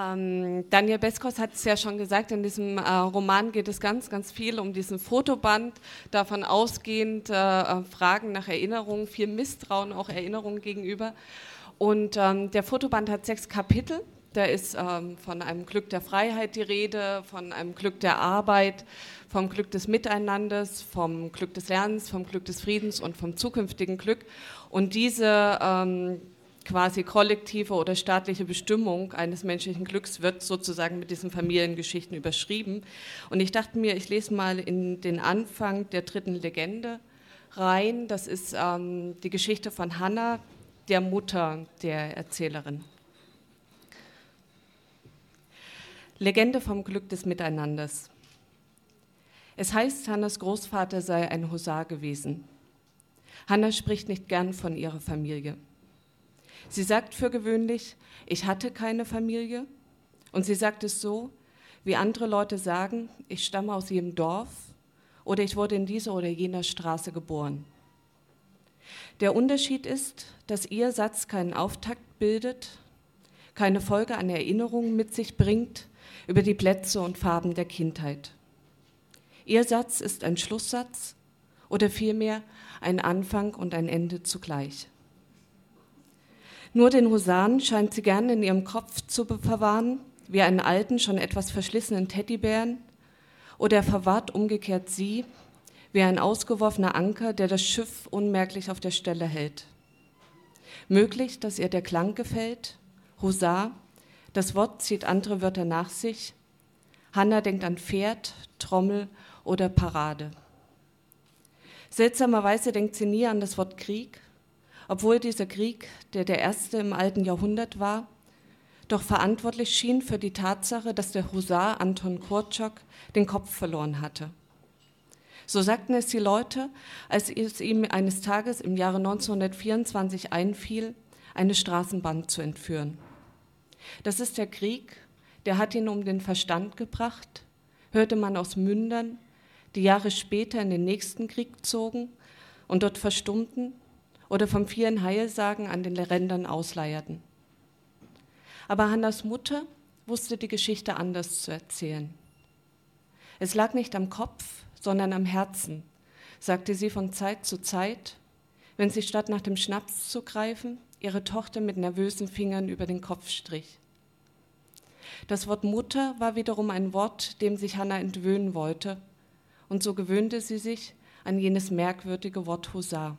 Daniel Beskos hat es ja schon gesagt, in diesem Roman geht es ganz, ganz viel um diesen Fotoband, davon ausgehend Fragen nach Erinnerungen, viel Misstrauen auch Erinnerungen gegenüber. Und der Fotoband hat 6 Kapitel. Da ist von einem Glück der Freiheit die Rede, von einem Glück der Arbeit, vom Glück des Miteinanders, vom Glück des Lernens, vom Glück des Friedens und vom zukünftigen Glück. Und diese quasi kollektive oder staatliche Bestimmung eines menschlichen Glücks wird sozusagen mit diesen Familiengeschichten überschrieben. Und ich dachte mir, ich lese mal in den Anfang der 3. Legende rein. Das ist die Geschichte von Hannah, der Mutter der Erzählerin. Legende vom Glück des Miteinanders. Es heißt, Hannahs Großvater sei ein Husar gewesen. Hannah spricht nicht gern von ihrer Familie. Sie sagt für gewöhnlich, ich hatte keine Familie. Und sie sagt es so, wie andere Leute sagen, ich stamme aus jedem Dorf oder ich wurde in dieser oder jener Straße geboren. Der Unterschied ist, dass ihr Satz keinen Auftakt bildet, keine Folge an Erinnerungen mit sich bringt über die Plätze und Farben der Kindheit. Ihr Satz ist ein Schlusssatz oder vielmehr ein Anfang und ein Ende zugleich. Nur den Husaren scheint sie gern in ihrem Kopf zu verwahren, wie einen alten, schon etwas verschlissenen Teddybären, oder er verwahrt umgekehrt sie, wie ein ausgeworfener Anker, der das Schiff unmerklich auf der Stelle hält. Möglich, dass ihr der Klang gefällt, Husar, das Wort zieht andere Wörter nach sich. Hannah denkt an Pferd, Trommel oder Parade. Seltsamerweise denkt sie nie an das Wort Krieg, obwohl dieser Krieg, der erste im alten Jahrhundert war, doch verantwortlich schien für die Tatsache, dass der Husar Anton Kurtschok den Kopf verloren hatte. So sagten es die Leute, als es ihm eines Tages im Jahre 1924 einfiel, eine Straßenbahn zu entführen. Das ist der Krieg, der hat ihn um den Verstand gebracht, hörte man aus Mündern, die Jahre später in den nächsten Krieg zogen und dort verstummten oder vom vielen Heilsagen an den Rändern ausleierten. Aber Hannahs Mutter wusste die Geschichte anders zu erzählen. Es lag nicht am Kopf, sondern am Herzen, sagte sie von Zeit zu Zeit, wenn sie statt nach dem Schnaps zu greifen, ihre Tochter mit nervösen Fingern über den Kopf strich. Das Wort Mutter war wiederum ein Wort, dem sich Hannah entwöhnen wollte, und so gewöhnte sie sich an jenes merkwürdige Wort Husar.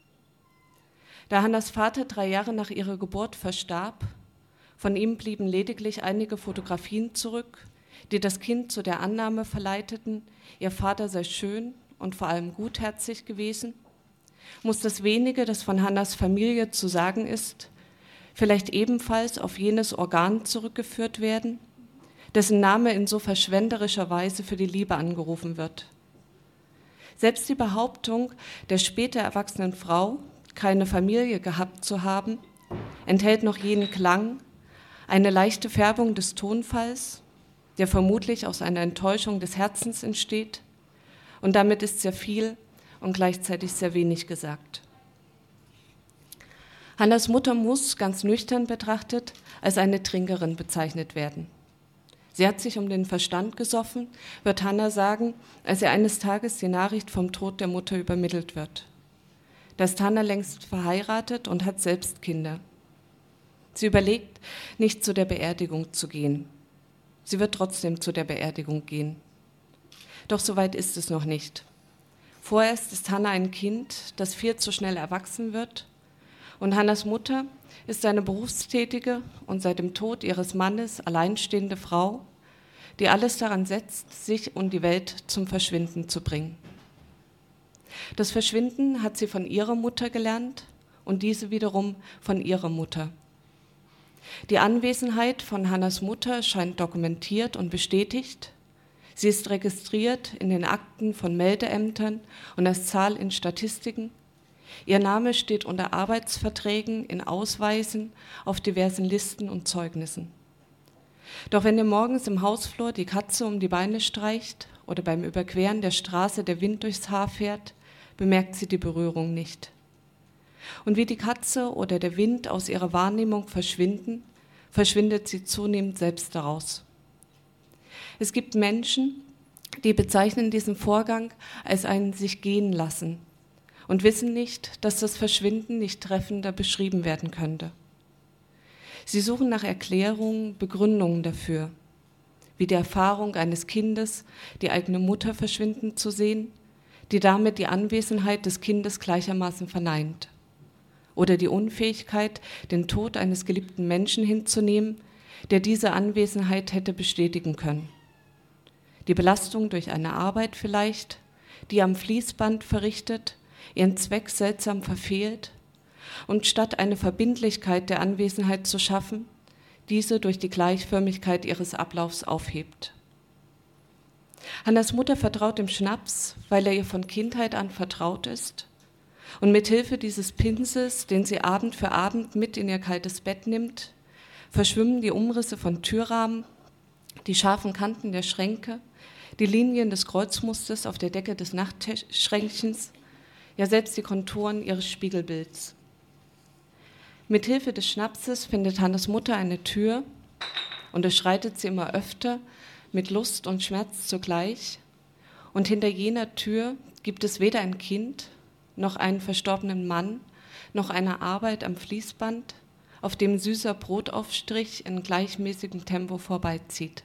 Da Hannahs Vater 3 Jahre nach ihrer Geburt verstarb, von ihm blieben lediglich einige Fotografien zurück, die das Kind zu der Annahme verleiteten, ihr Vater sei schön und vor allem gutherzig gewesen, muss das Wenige, das von Hannahs Familie zu sagen ist, vielleicht ebenfalls auf jenes Organ zurückgeführt werden, dessen Name in so verschwenderischer Weise für die Liebe angerufen wird. Selbst die Behauptung der später erwachsenen Frau, keine Familie gehabt zu haben, enthält noch jenen Klang, eine leichte Färbung des Tonfalls, der vermutlich aus einer Enttäuschung des Herzens entsteht, und damit ist sehr viel und gleichzeitig sehr wenig gesagt. Hannahs Mutter muss, ganz nüchtern betrachtet, als eine Trinkerin bezeichnet werden. Sie hat sich um den Verstand gesoffen, wird Hannah sagen, als ihr eines Tages die Nachricht vom Tod der Mutter übermittelt wird. Da ist Hannah längst verheiratet und hat selbst Kinder. Sie überlegt, nicht zu der Beerdigung zu gehen. Sie wird trotzdem zu der Beerdigung gehen. Doch so weit ist es noch nicht. Vorerst ist Hannah ein Kind, das viel zu schnell erwachsen wird, und Hannahs Mutter ist eine berufstätige und seit dem Tod ihres Mannes alleinstehende Frau, die alles daran setzt, sich und die Welt zum Verschwinden zu bringen. Das Verschwinden hat sie von ihrer Mutter gelernt und diese wiederum von ihrer Mutter. Die Anwesenheit von Hannahs Mutter scheint dokumentiert und bestätigt. Sie ist registriert in den Akten von Meldeämtern und als Zahl in Statistiken. Ihr Name steht unter Arbeitsverträgen, in Ausweisen, auf diversen Listen und Zeugnissen. Doch wenn ihr morgens im Hausflur die Katze um die Beine streicht oder beim Überqueren der Straße der Wind durchs Haar fährt, bemerkt sie die Berührung nicht. Und wie die Katze oder der Wind aus ihrer Wahrnehmung verschwinden, verschwindet sie zunehmend selbst daraus. Es gibt Menschen, die bezeichnen diesen Vorgang als ein sich gehen lassen und wissen nicht, dass das Verschwinden nicht treffender beschrieben werden könnte. Sie suchen nach Erklärungen, Begründungen dafür, wie die Erfahrung eines Kindes, die eigene Mutter verschwinden zu sehen, die damit die Anwesenheit des Kindes gleichermaßen verneint. Oder die Unfähigkeit, den Tod eines geliebten Menschen hinzunehmen, der diese Anwesenheit hätte bestätigen können. Die Belastung durch eine Arbeit vielleicht, die am Fließband verrichtet, ihren Zweck seltsam verfehlt und statt eine Verbindlichkeit der Anwesenheit zu schaffen, diese durch die Gleichförmigkeit ihres Ablaufs aufhebt. Hannas Mutter vertraut dem Schnaps, weil er ihr von Kindheit an vertraut ist und mit Hilfe dieses Pinsels, den sie Abend für Abend mit in ihr kaltes Bett nimmt, verschwimmen die Umrisse von Türrahmen, die scharfen Kanten der Schränke, die Linien des Kreuzmusters auf der Decke des Nachtschränkchens, ja selbst die Konturen ihres Spiegelbilds. Mit Hilfe des Schnapses findet Hannas Mutter eine Tür und es schreitet sie immer öfter mit Lust und Schmerz zugleich. Und hinter jener Tür gibt es weder ein Kind, noch einen verstorbenen Mann, noch eine Arbeit am Fließband, auf dem süßer Brotaufstrich in gleichmäßigem Tempo vorbeizieht.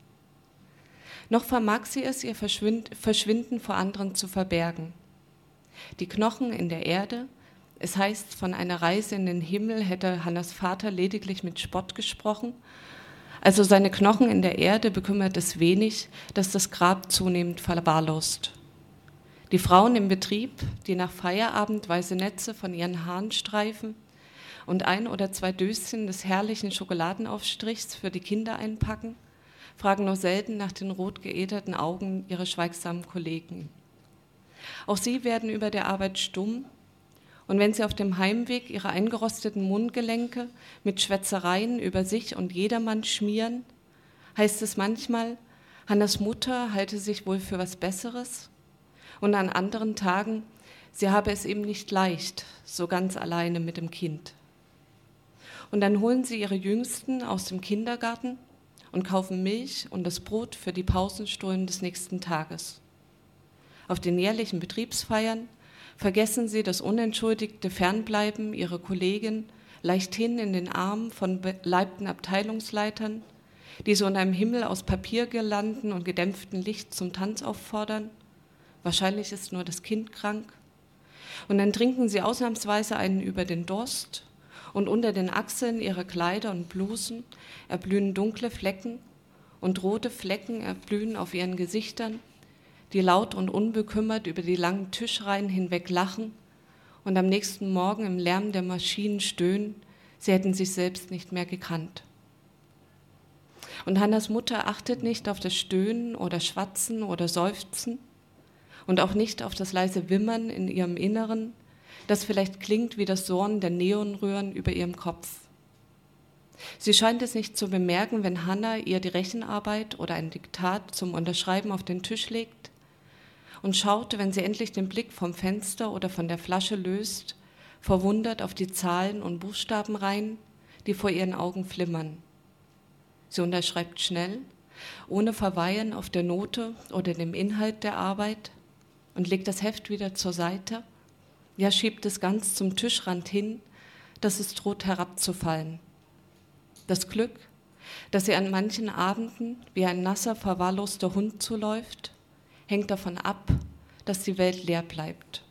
Noch vermag sie es, ihr Verschwinden vor anderen zu verbergen. Die Knochen in der Erde, es heißt, von einer Reise in den Himmel hätte Hannas Vater lediglich mit Spott gesprochen. Also seine Knochen in der Erde bekümmert es wenig, dass das Grab zunehmend verwahrlost. Die Frauen im Betrieb, die nach Feierabend weiße Netze von ihren Haaren streifen und 1 oder 2 Döschen des herrlichen Schokoladenaufstrichs für die Kinder einpacken, fragen nur selten nach den rot geäderten Augen ihrer schweigsamen Kollegen. Auch sie werden über der Arbeit stumm, und wenn sie auf dem Heimweg ihre eingerosteten Mundgelenke mit Schwätzereien über sich und jedermann schmieren, heißt es manchmal, Hannas Mutter halte sich wohl für was Besseres, und an anderen Tagen, sie habe es eben nicht leicht, so ganz alleine mit dem Kind. Und dann holen sie ihre Jüngsten aus dem Kindergarten und kaufen Milch und das Brot für die Pausenstullen des nächsten Tages. Auf den jährlichen Betriebsfeiern vergessen sie das unentschuldigte Fernbleiben ihrer Kollegin leichthin in den Armen von beleibten Abteilungsleitern, die so in einem Himmel aus Papiergirlanden und gedämpftem Licht zum Tanz auffordern. Wahrscheinlich ist nur das Kind krank. Und dann trinken sie ausnahmsweise einen über den Durst, und unter den Achseln ihrer Kleider und Blusen erblühen dunkle Flecken und rote Flecken erblühen auf ihren Gesichtern, die laut und unbekümmert über die langen Tischreihen hinweg lachen und am nächsten Morgen im Lärm der Maschinen stöhnen, sie hätten sich selbst nicht mehr gekannt. Und Hannas Mutter achtet nicht auf das Stöhnen oder Schwatzen oder Seufzen und auch nicht auf das leise Wimmern in ihrem Inneren, das vielleicht klingt wie das Surren der Neonröhren über ihrem Kopf. Sie scheint es nicht zu bemerken, wenn Hanna ihr die Rechenarbeit oder ein Diktat zum Unterschreiben auf den Tisch legt und schaut, wenn sie endlich den Blick vom Fenster oder von der Flasche löst, verwundert auf die Zahlen und Buchstabenreihen, die vor ihren Augen flimmern. Sie unterschreibt schnell, ohne Verweilen auf der Note oder dem Inhalt der Arbeit und legt das Heft wieder zur Seite, ja schiebt es ganz zum Tischrand hin, dass es droht herabzufallen. Das Glück, dass sie an manchen Abenden wie ein nasser, verwahrloster Hund zuläuft, hängt davon ab, dass die Welt leer bleibt.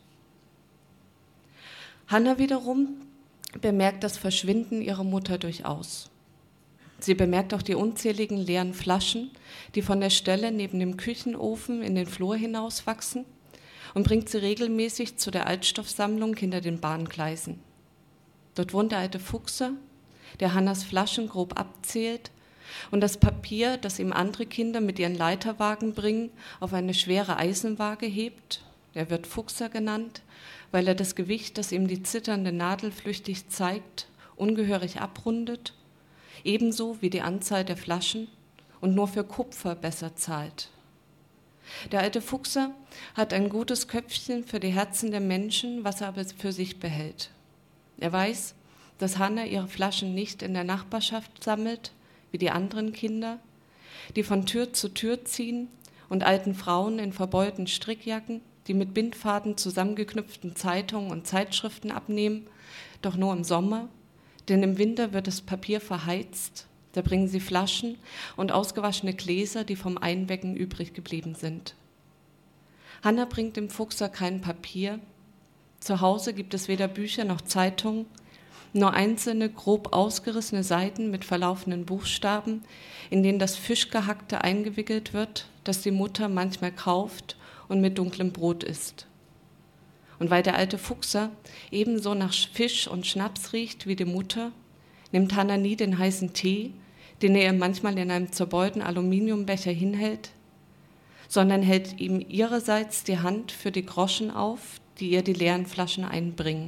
Hanna wiederum bemerkt das Verschwinden ihrer Mutter durchaus. Sie bemerkt auch die unzähligen leeren Flaschen, die von der Stelle neben dem Küchenofen in den Flur hinauswachsen, und bringt sie regelmäßig zu der Altstoffsammlung hinter den Bahngleisen. Dort wohnt der alte Fuchser, der Hannas Flaschen grob abzählt und das Papier, das ihm andere Kinder mit ihren Leiterwagen bringen, auf eine schwere Eisenwaage hebt. Er wird Fuchser genannt, weil er das Gewicht, das ihm die zitternde Nadel flüchtig zeigt, ungehörig abrundet, ebenso wie die Anzahl der Flaschen und nur für Kupfer besser zahlt. Der alte Fuchser hat ein gutes Köpfchen für die Herzen der Menschen, was er aber für sich behält. Er weiß, dass Hannah ihre Flaschen nicht in der Nachbarschaft sammelt, wie die anderen Kinder, die von Tür zu Tür ziehen und alten Frauen in verbeulten Strickjacken, die mit Bindfaden zusammengeknüpften Zeitungen und Zeitschriften abnehmen, doch nur im Sommer, denn im Winter wird das Papier verheizt, da bringen sie Flaschen und ausgewaschene Gläser, die vom Einwecken übrig geblieben sind. Hannah bringt dem Fuchser kein Papier, zu Hause gibt es weder Bücher noch Zeitungen, nur einzelne, grob ausgerissene Seiten mit verlaufenden Buchstaben, in denen das Fischgehackte eingewickelt wird, das die Mutter manchmal kauft und mit dunklem Brot isst. Und weil der alte Fuchser ebenso nach Fisch und Schnaps riecht wie die Mutter, nimmt Hannah nie den heißen Tee, den er ihr manchmal in einem zerbeulten Aluminiumbecher hinhält, sondern hält ihm ihrerseits die Hand für die Groschen auf, die ihr die leeren Flaschen einbringen.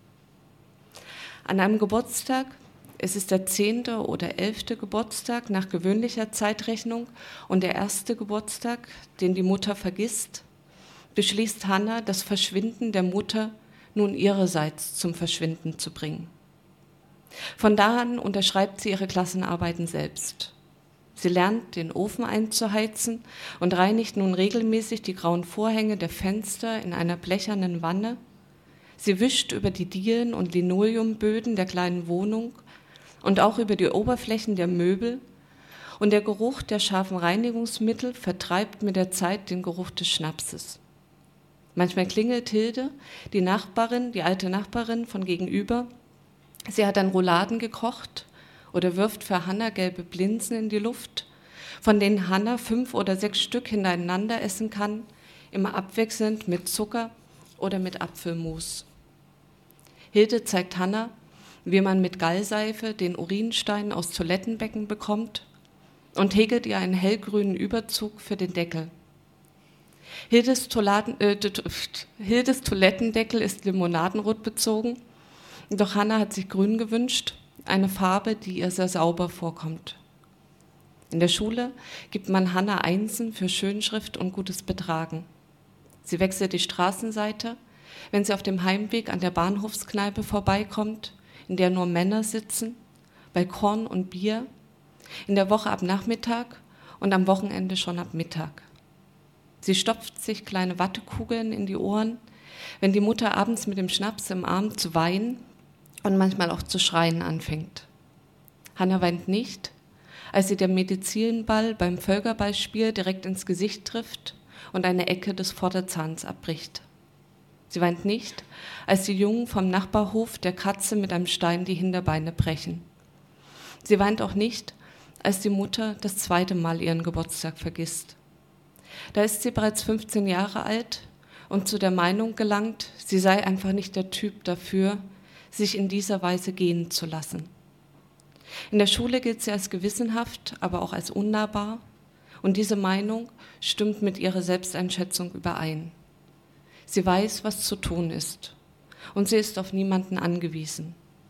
An einem Geburtstag, es ist der 10. oder 11. Geburtstag nach gewöhnlicher Zeitrechnung und der erste Geburtstag, den die Mutter vergisst, beschließt Hannah, das Verschwinden der Mutter nun ihrerseits zum Verschwinden zu bringen. Von da an unterschreibt sie ihre Klassenarbeiten selbst. Sie lernt, den Ofen einzuheizen und reinigt nun regelmäßig die grauen Vorhänge der Fenster in einer blechernen Wanne. Sie wischt über die Dielen und Linoleumböden der kleinen Wohnung und auch über die Oberflächen der Möbel. Und der Geruch der scharfen Reinigungsmittel vertreibt mit der Zeit den Geruch des Schnapses. Manchmal klingelt Hilde, die Nachbarin, die alte Nachbarin von gegenüber. Sie hat dann Rouladen gekocht oder wirft für Hannah gelbe Blinsen in die Luft, von denen Hannah 5 oder 6 Stück hintereinander essen kann, immer abwechselnd mit Zucker oder mit Apfelmus. Hilde zeigt Hannah, wie man mit Gallseife den Urinstein aus Toilettenbecken bekommt und häkelt ihr einen hellgrünen Überzug für den Deckel. Hildes Toilettendeckel ist limonadenrot bezogen, doch Hannah hat sich grün gewünscht, eine Farbe, die ihr sehr sauber vorkommt. In der Schule gibt man Hannah Einsen für Schönschrift und gutes Betragen. Sie wechselt die Straßenseite, wenn sie auf dem Heimweg an der Bahnhofskneipe vorbeikommt, in der nur Männer sitzen, bei Korn und Bier, in der Woche ab Nachmittag und am Wochenende schon ab Mittag. Sie stopft sich kleine Wattekugeln in die Ohren, wenn die Mutter abends mit dem Schnaps im Arm zu weinen und manchmal auch zu schreien anfängt. Hannah weint nicht, als sie der Medizinball beim Völkerballspiel direkt ins Gesicht trifft und eine Ecke des Vorderzahns abbricht. Sie weint nicht, als die Jungen vom Nachbarhof der Katze mit einem Stein die Hinterbeine brechen. Sie weint auch nicht, als die Mutter das 2. Mal ihren Geburtstag vergisst. Da ist sie bereits 15 Jahre alt und zu der Meinung gelangt, sie sei einfach nicht der Typ dafür, sich in dieser Weise gehen zu lassen. In der Schule gilt sie als gewissenhaft, aber auch als unnahbar, und diese Meinung stimmt mit ihrer Selbsteinschätzung überein. Sie weiß, was zu tun ist, und sie ist auf niemanden angewiesen.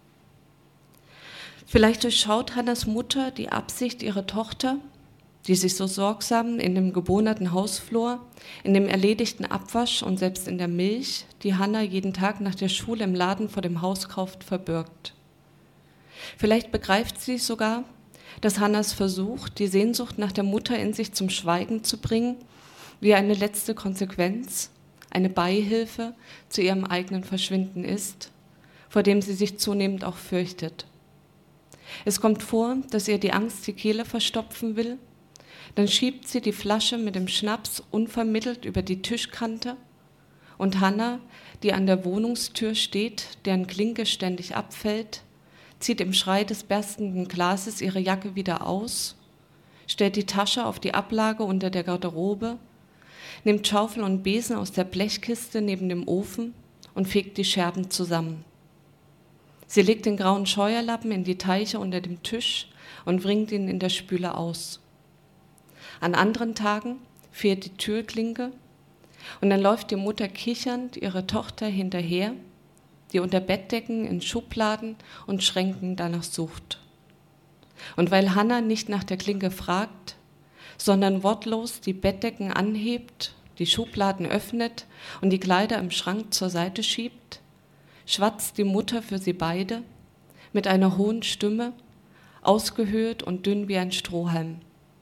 Vielleicht durchschaut Hannahs Mutter die Absicht ihrer Tochter, die sich so sorgsam in dem gebohnerten Hausflur, in dem erledigten Abwasch und selbst in der Milch, die Hannah jeden Tag nach der Schule im Laden vor dem Haus kauft, verbirgt. Vielleicht begreift sie sogar, dass Hannahs Versuch, die Sehnsucht nach der Mutter in sich zum Schweigen zu bringen, wie eine letzte Konsequenz, eine Beihilfe zu ihrem eigenen Verschwinden ist, vor dem sie sich zunehmend auch fürchtet. Es kommt vor, dass ihr die Angst die Kehle verstopfen will. Dann schiebt sie die Flasche mit dem Schnaps unvermittelt über die Tischkante und Hannah, die an der Wohnungstür steht, deren Klinke ständig abfällt, zieht im Schrei des berstenden Glases ihre Jacke wieder aus, stellt die Tasche auf die Ablage unter der Garderobe, nimmt Schaufel und Besen aus der Blechkiste neben dem Ofen und fegt die Scherben zusammen. Sie legt den grauen Scheuerlappen in die Teiche unter dem Tisch und bringt ihn in der Spüle aus. An anderen Tagen fehlt die Türklinke und dann läuft die Mutter kichernd ihrer Tochter hinterher, die unter Bettdecken, in Schubladen und Schränken danach sucht. Und weil Hannah nicht nach der Klinke fragt, sondern wortlos die Bettdecken anhebt, die Schubladen öffnet und die Kleider im Schrank zur Seite schiebt, schwatzt die Mutter für sie beide, mit einer hohen Stimme, ausgehöhlt und dünn wie ein Strohhalm.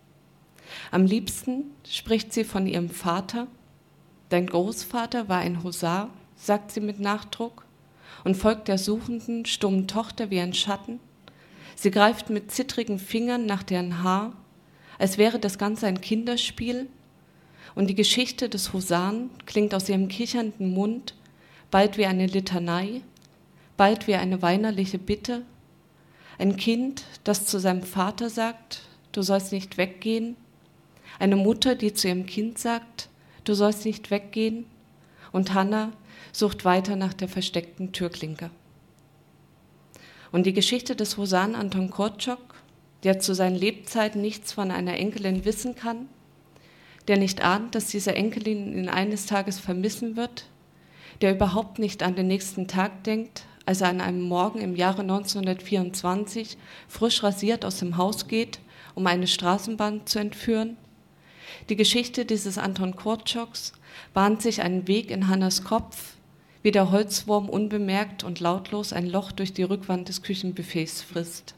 Am liebsten spricht sie von ihrem Vater. Dein Großvater war ein Husar, sagt sie mit Nachdruck, und folgt der suchenden, stummen Tochter wie ein Schatten. Sie greift mit zittrigen Fingern nach deren Haar, als wäre das Ganze ein Kinderspiel, und die Geschichte des Husaren klingt aus ihrem kichernden Mund bald wie eine Litanei, bald wie eine weinerliche Bitte. Ein Kind, das zu seinem Vater sagt, du sollst nicht weggehen. Eine Mutter, die zu ihrem Kind sagt, du sollst nicht weggehen. Und Hannah sucht weiter nach der versteckten Türklinke. Und die Geschichte des Husaren Anton Korczok, der zu seinen Lebzeiten nichts von einer Enkelin wissen kann, der nicht ahnt, dass diese Enkelin ihn eines Tages vermissen wird, der überhaupt nicht an den nächsten Tag denkt, als er an einem Morgen im Jahre 1924 frisch rasiert aus dem Haus geht, um eine Straßenbahn zu entführen. Die Geschichte dieses Anton Korczoks bahnt sich einen Weg in Hannahs Kopf, wie der Holzwurm unbemerkt und lautlos ein Loch durch die Rückwand des Küchenbuffets frisst.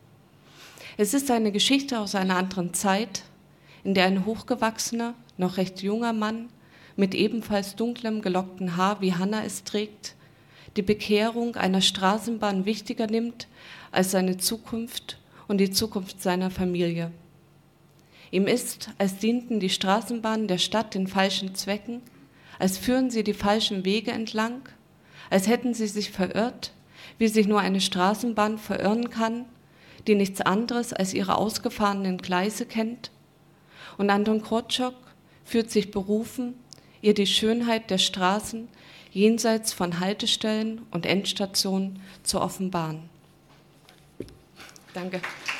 Es ist eine Geschichte aus einer anderen Zeit, in der ein hochgewachsener, noch recht junger Mann mit ebenfalls dunklem, gelocktem Haar, wie Hannah es trägt, die Bekehrung einer Straßenbahn wichtiger nimmt als seine Zukunft und die Zukunft seiner Familie. Ihm ist, als dienten die Straßenbahnen der Stadt den falschen Zwecken, als führen sie die falschen Wege entlang, als hätten sie sich verirrt, wie sich nur eine Straßenbahn verirren kann, die nichts anderes als ihre ausgefahrenen Gleise kennt. Und Anton Korczok fühlt sich berufen, ihr die Schönheit der Straßen jenseits von Haltestellen und Endstationen zu offenbaren. Danke.